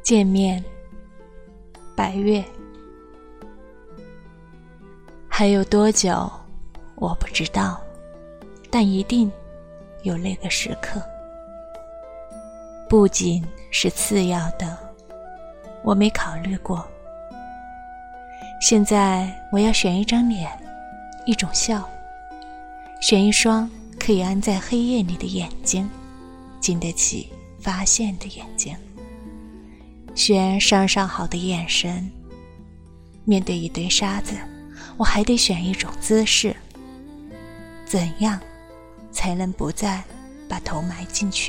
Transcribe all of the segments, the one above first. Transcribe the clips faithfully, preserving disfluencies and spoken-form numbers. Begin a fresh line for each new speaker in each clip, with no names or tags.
见面，百月。还有多久我不知道，但一定有那个时刻。不仅是次要的，我没考虑过。现在我要选一张脸，一种笑，选一双可以安在黑夜里的眼睛，经得起发现的眼睛，选上上好的眼神。面对一堆沙子，我还得选一种姿势。怎样才能不再把头埋进去？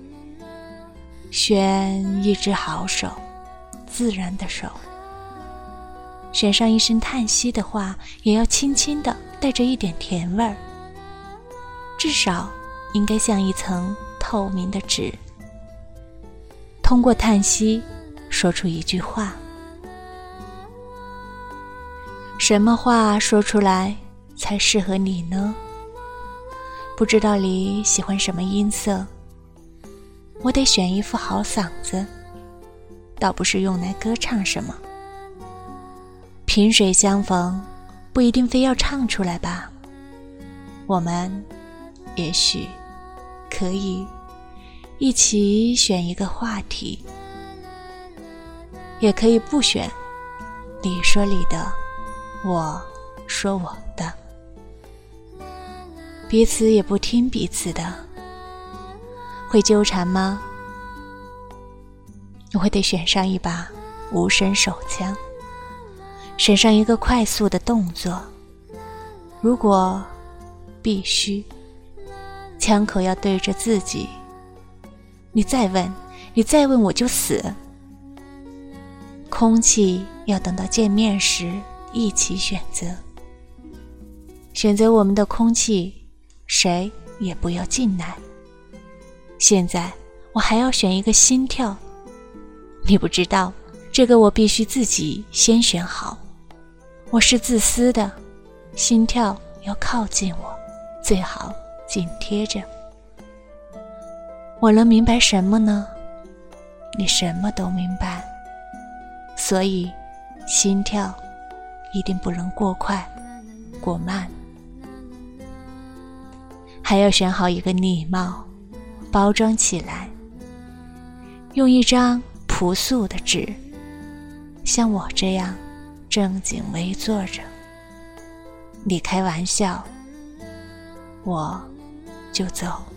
选一只好手，自然的手。选上一声叹息的话，也要轻轻的，带着一点甜味儿。至少应该像一层透明的纸。通过叹息说出一句话。什么话说出来才适合你呢？不知道你喜欢什么音色，我得选一副好嗓子，倒不是用来歌唱什么。萍水相逢，不一定非要唱出来吧。我们也许可以一起选一个话题，也可以不选，你说你的，我说我的，彼此也不听彼此的。会纠缠吗？我得选上一把无声手枪，选上一个快速的动作。如果必须，枪口要对着自己。你再问，你再问我就死。空气要等到见面时一起选择。选择我们的空气，谁也不要进来。现在我还要选一个心跳，你不知道，这个我必须自己先选好。我是自私的，心跳要靠近我，最好紧贴着。我能明白什么呢？你什么都明白。所以心跳一定不能过快过慢。还要选好一个礼貌，包装起来，用一张朴素的纸，像我这样正襟危坐着。你开玩笑，我就走。